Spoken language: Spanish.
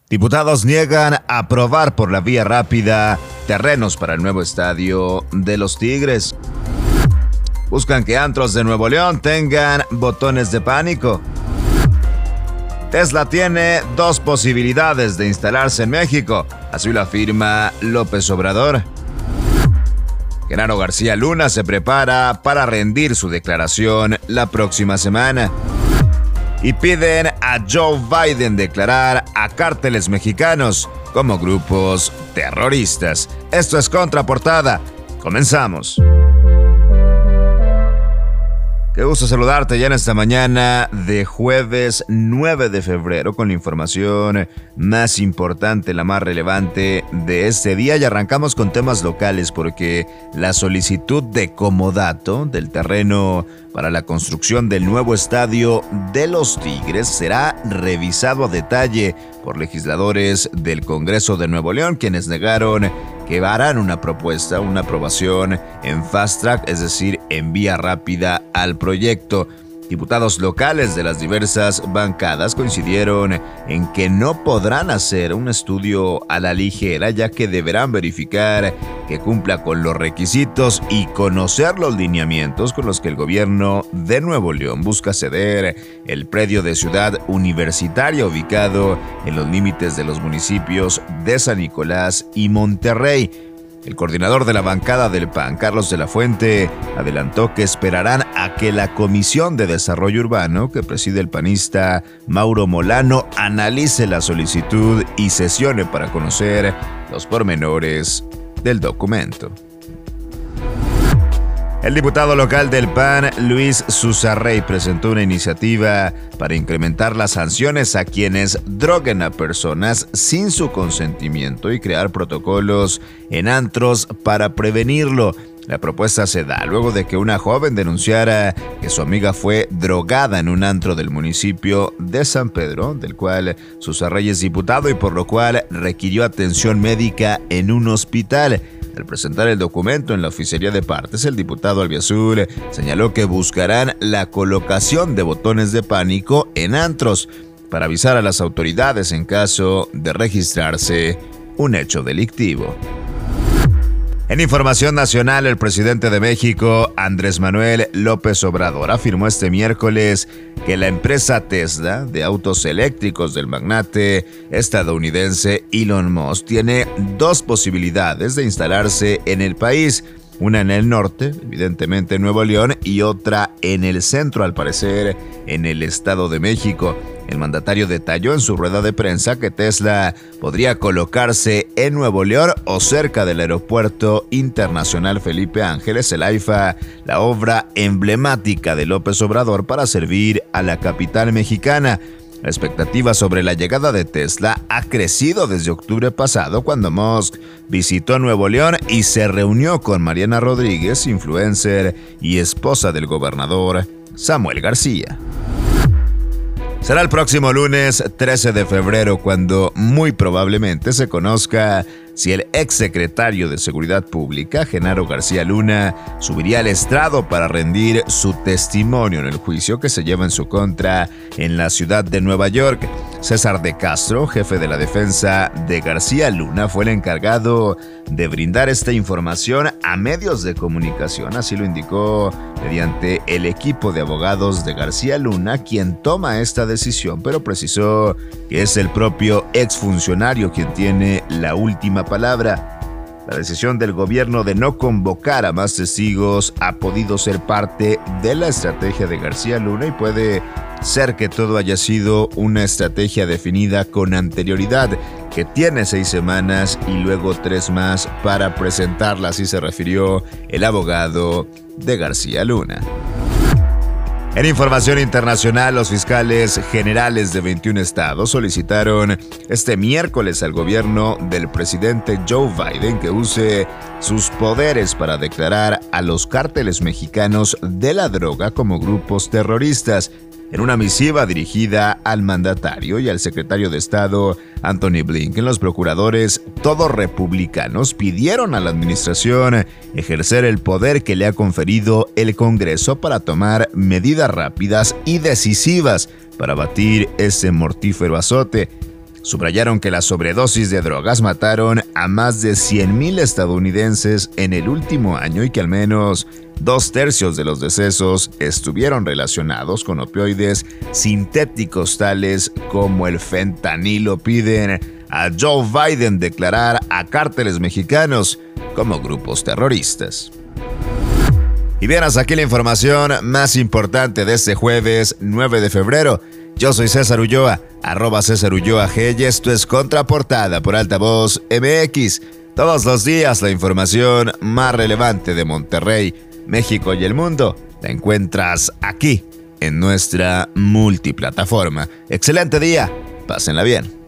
Diputados niegan aprobar por la vía rápida terrenos para el nuevo estadio de los Tigres. Buscan que antros de Nuevo León tengan botones de pánico. Tesla tiene 2 posibilidades de instalarse en México, así lo afirma López Obrador. Genaro García Luna se prepara para rendir su declaración la próxima semana. Y piden a Joe Biden declarar a cárteles mexicanos como grupos terroristas. Esto es Contraportada. Comenzamos. Qué gusto saludarte ya en esta mañana de jueves 9 de febrero con la información más importante, la más relevante de este día. Y arrancamos con temas locales porque la solicitud de comodato del terreno para la construcción del nuevo estadio de los Tigres será revisado a detalle por legisladores del Congreso de Nuevo León, quienes negaron que harán una propuesta, una aprobación en fast track, es decir, en vía rápida al proyecto. Diputados locales de las diversas bancadas coincidieron en que no podrán hacer un estudio a la ligera, ya que deberán verificar que cumpla con los requisitos y conocer los lineamientos con los que el gobierno de Nuevo León busca ceder el predio de Ciudad Universitaria ubicado en los límites de los municipios de San Nicolás y Monterrey. El coordinador de la bancada del PAN, Carlos de la Fuente, adelantó que esperarán a que la Comisión de Desarrollo Urbano, que preside el panista Mauro Molano, analice la solicitud y sesione para conocer los pormenores del documento. El diputado local del PAN, Luis Susarrey, presentó una iniciativa para incrementar las sanciones a quienes droguen a personas sin su consentimiento y crear protocolos en antros para prevenirlo. La propuesta se da luego de que una joven denunciara que su amiga fue drogada en un antro del municipio de San Pedro, del cual Susarrey es diputado y por lo cual requirió atención médica en un hospital. Al presentar el documento en la oficialía de partes, el diputado albiazul señaló que buscarán la colocación de botones de pánico en antros para avisar a las autoridades en caso de registrarse un hecho delictivo. En información nacional, el presidente de México, Andrés Manuel López Obrador, afirmó este miércoles que la empresa Tesla de autos eléctricos del magnate estadounidense Elon Musk tiene 2 posibilidades de instalarse en el país. Una en el norte, evidentemente en Nuevo León, y otra en el centro, al parecer, en el Estado de México. El mandatario detalló en su rueda de prensa que Tesla podría colocarse en Nuevo León o cerca del Aeropuerto Internacional Felipe Ángeles, el AIFA, la obra emblemática de López Obrador para servir a la capital mexicana. La expectativa sobre la llegada de Tesla ha crecido desde octubre pasado, cuando Musk visitó Nuevo León y se reunió con Mariana Rodríguez, influencer y esposa del gobernador Samuel García. Será el próximo lunes 13 de febrero cuando muy probablemente se conozca si el exsecretario de Seguridad Pública, Genaro García Luna, subiría al estrado para rendir su testimonio en el juicio que se lleva en su contra en la ciudad de Nueva York. César de Castro, jefe de la defensa de García Luna, fue el encargado de brindar esta información a medios de comunicación, así lo indicó mediante el equipo de abogados de García Luna, quien toma esta decisión, pero precisó que es el propio exfuncionario quien tiene la última palabra. La decisión del gobierno de no convocar a más testigos ha podido ser parte de la estrategia de García Luna y puede ser que todo haya sido una estrategia definida con anterioridad, que tiene 6 semanas y luego 3 más para presentarla, así se refirió el abogado de García Luna. En información internacional, los fiscales generales de 21 estados solicitaron este miércoles al gobierno del presidente Joe Biden que use sus poderes para declarar a los cárteles mexicanos de la droga como grupos terroristas. En una misiva dirigida al mandatario y al secretario de Estado, Antony Blinken, los procuradores, todos republicanos, pidieron a la administración ejercer el poder que le ha conferido el Congreso para tomar medidas rápidas y decisivas para abatir ese mortífero azote. subrayaron que las sobredosis de drogas mataron a más de 100,000 estadounidenses en el último año y que al menos 2/3 de los decesos estuvieron relacionados con opioides sintéticos tales como el fentanilo. Piden a Joe Biden declarar a cárteles mexicanos como grupos terroristas. Y bien, hasta aquí la información más importante de este jueves 9 de febrero. Yo soy César Ulloa, @CésarUlloaG, y esto es Contraportada por Altavoz MX. Todos los días la información más relevante de Monterrey, México y el mundo la encuentras aquí, en nuestra multiplataforma. Excelente día, pásenla bien.